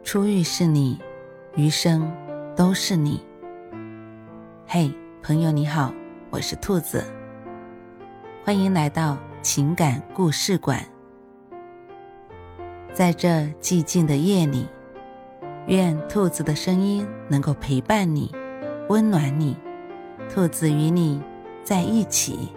初遇是你，余生都是你。嘿，朋友你好，我是兔子，欢迎来到情感故事馆。在这寂静的夜里，愿兔子的声音能够陪伴你，温暖你，兔子与你在一起。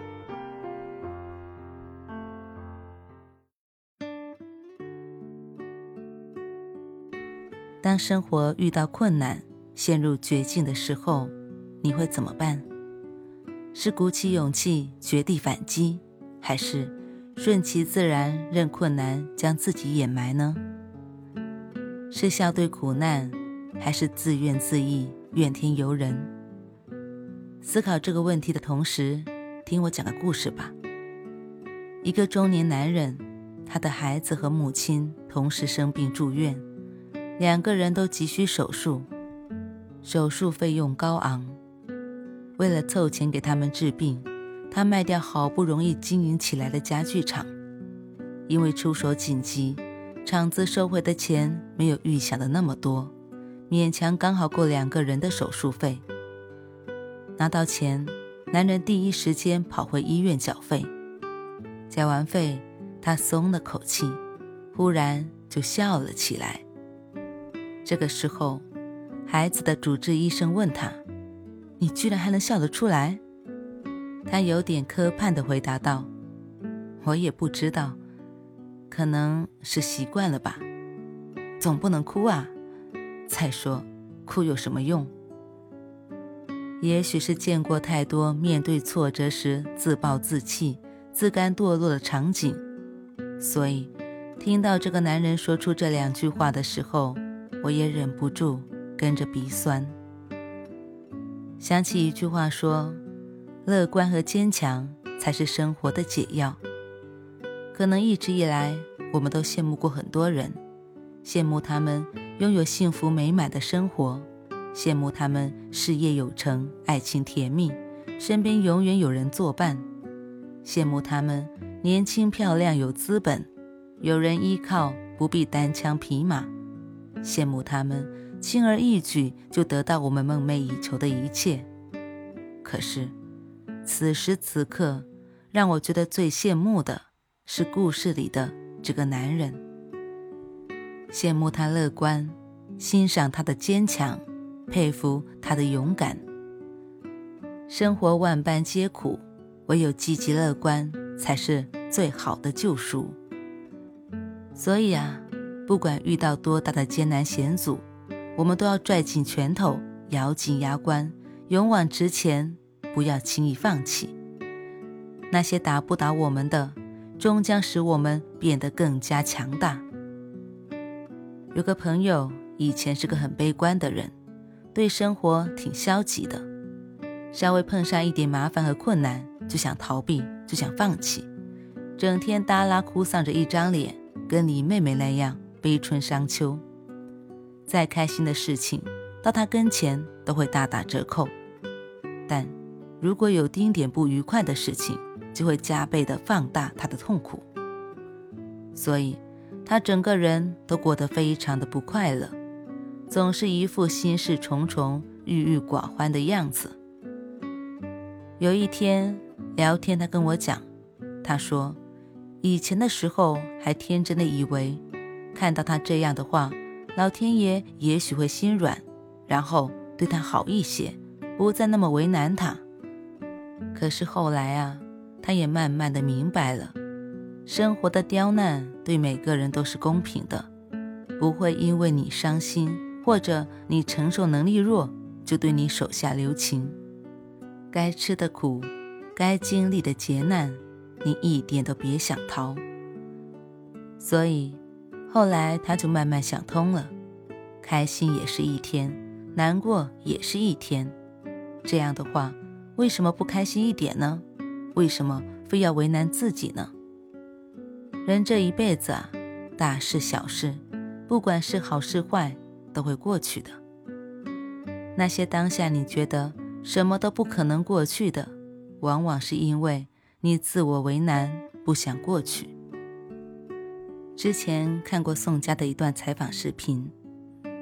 当生活遇到困难，陷入绝境的时候，你会怎么办？是鼓起勇气绝地反击，还是顺其自然任困难将自己掩埋呢？是笑对苦难，还是自怨自艾怨天尤人？思考这个问题的同时，听我讲个故事吧。一个中年男人，他的孩子和母亲同时生病住院，两个人都急需手术，手术费用高昂。为了凑钱给他们治病，他卖掉好不容易经营起来的家具厂。因为出手紧急，厂子收回的钱没有预想的那么多，勉强刚好够两个人的手术费。拿到钱，男人第一时间跑回医院缴费。缴完费，他松了口气，忽然就笑了起来。这个时候，孩子的主治医生问他：你居然还能笑得出来？他有点磕盼地回答道：我也不知道，可能是习惯了吧，总不能哭啊，再说哭有什么用？也许是见过太多面对挫折时自暴自弃、自甘堕落的场景，所以听到这个男人说出这两句话的时候，我也忍不住跟着鼻酸。想起一句话说，乐观和坚强才是生活的解药。可能一直以来，我们都羡慕过很多人，羡慕他们拥有幸福美满的生活，羡慕他们事业有成，爱情甜蜜，身边永远有人作伴，羡慕他们年轻漂亮有资本，有人依靠，不必单枪匹马，羡慕他们轻而易举就得到我们梦寐以求的一切。可是此时此刻，让我觉得最羡慕的是故事里的这个男人。羡慕他乐观，欣赏他的坚强，佩服他的勇敢。生活万般皆苦，唯有积极乐观才是最好的救赎。所以啊，不管遇到多大的艰难险阻，我们都要拽紧拳头，咬紧牙关，勇往直前，不要轻易放弃。那些打不倒我们的，终将使我们变得更加强大。有个朋友以前是个很悲观的人，对生活挺消极的，稍微碰上一点麻烦和困难就想逃避，就想放弃，整天耷拉哭丧着一张脸，跟李妹妹那样悲春伤秋。再开心的事情到他跟前都会大打折扣，但如果有丁点不愉快的事情，就会加倍地放大他的痛苦。所以他整个人都过得非常的不快乐，总是一副心事重重、郁郁寡欢的样子。有一天聊天，他跟我讲，他说以前的时候还天真的以为，看到他这样的话，老天爷也许会心软，然后对他好一些，不再那么为难他。可是后来啊，他也慢慢的明白了，生活的刁难对每个人都是公平的，不会因为你伤心或者你承受能力弱，就对你手下留情。该吃的苦，该经历的劫难，你一点都别想逃。所以后来他就慢慢想通了，开心也是一天，难过也是一天。这样的话，为什么不开心一点呢？为什么非要为难自己呢？人这一辈子啊，大事小事，不管是好是坏，都会过去的。那些当下你觉得什么都不可能过去的，往往是因为你自我为难，不想过去。之前看过宋佳的一段采访视频，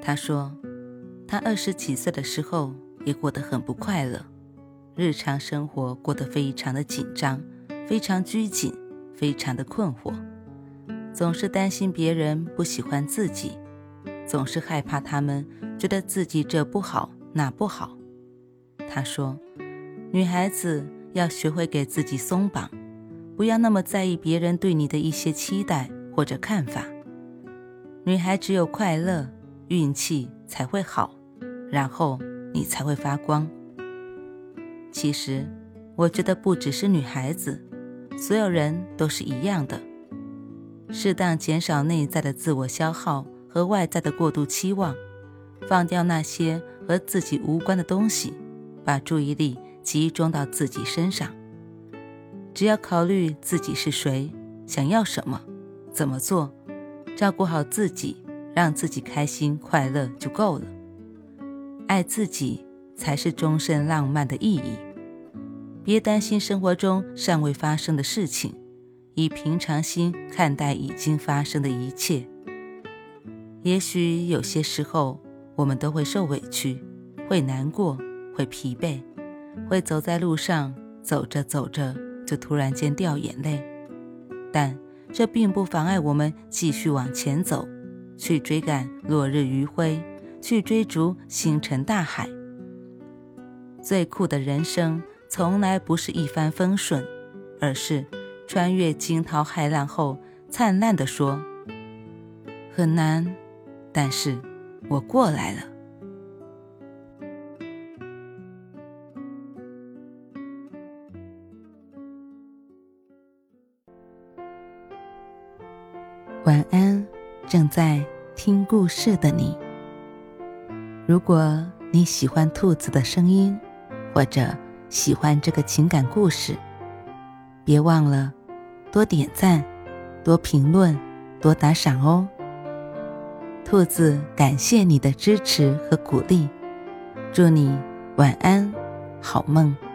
他说，他20几岁的时候也过得很不快乐，日常生活过得非常的紧张，非常拘谨，非常的困惑，总是担心别人不喜欢自己，总是害怕他们觉得自己这不好那不好。他说，女孩子要学会给自己松绑，不要那么在意别人对你的一些期待或者看法。女孩只有快乐，运气才会好，然后你才会发光。其实我觉得不只是女孩子，所有人都是一样的。适当减少内在的自我消耗和外在的过度期望，放掉那些和自己无关的东西，把注意力集中到自己身上。只要考虑自己是谁，想要什么，怎么做，照顾好自己，让自己开心快乐就够了。爱自己才是终身浪漫的意义。别担心生活中尚未发生的事情，以平常心看待已经发生的一切。也许有些时候我们都会受委屈，会难过，会疲惫，会走在路上，走着走着就突然间掉眼泪，但这并不妨碍我们继续往前走，去追赶落日余晖，去追逐星辰大海。最酷的人生从来不是一帆风顺，而是穿越惊涛骇浪后灿烂地说，很难，但是我过来了。晚安，正在听故事的你。如果你喜欢兔子的声音，或者喜欢这个情感故事，别忘了多点赞，多评论，多打赏哦。兔子感谢你的支持和鼓励，祝你晚安，好梦。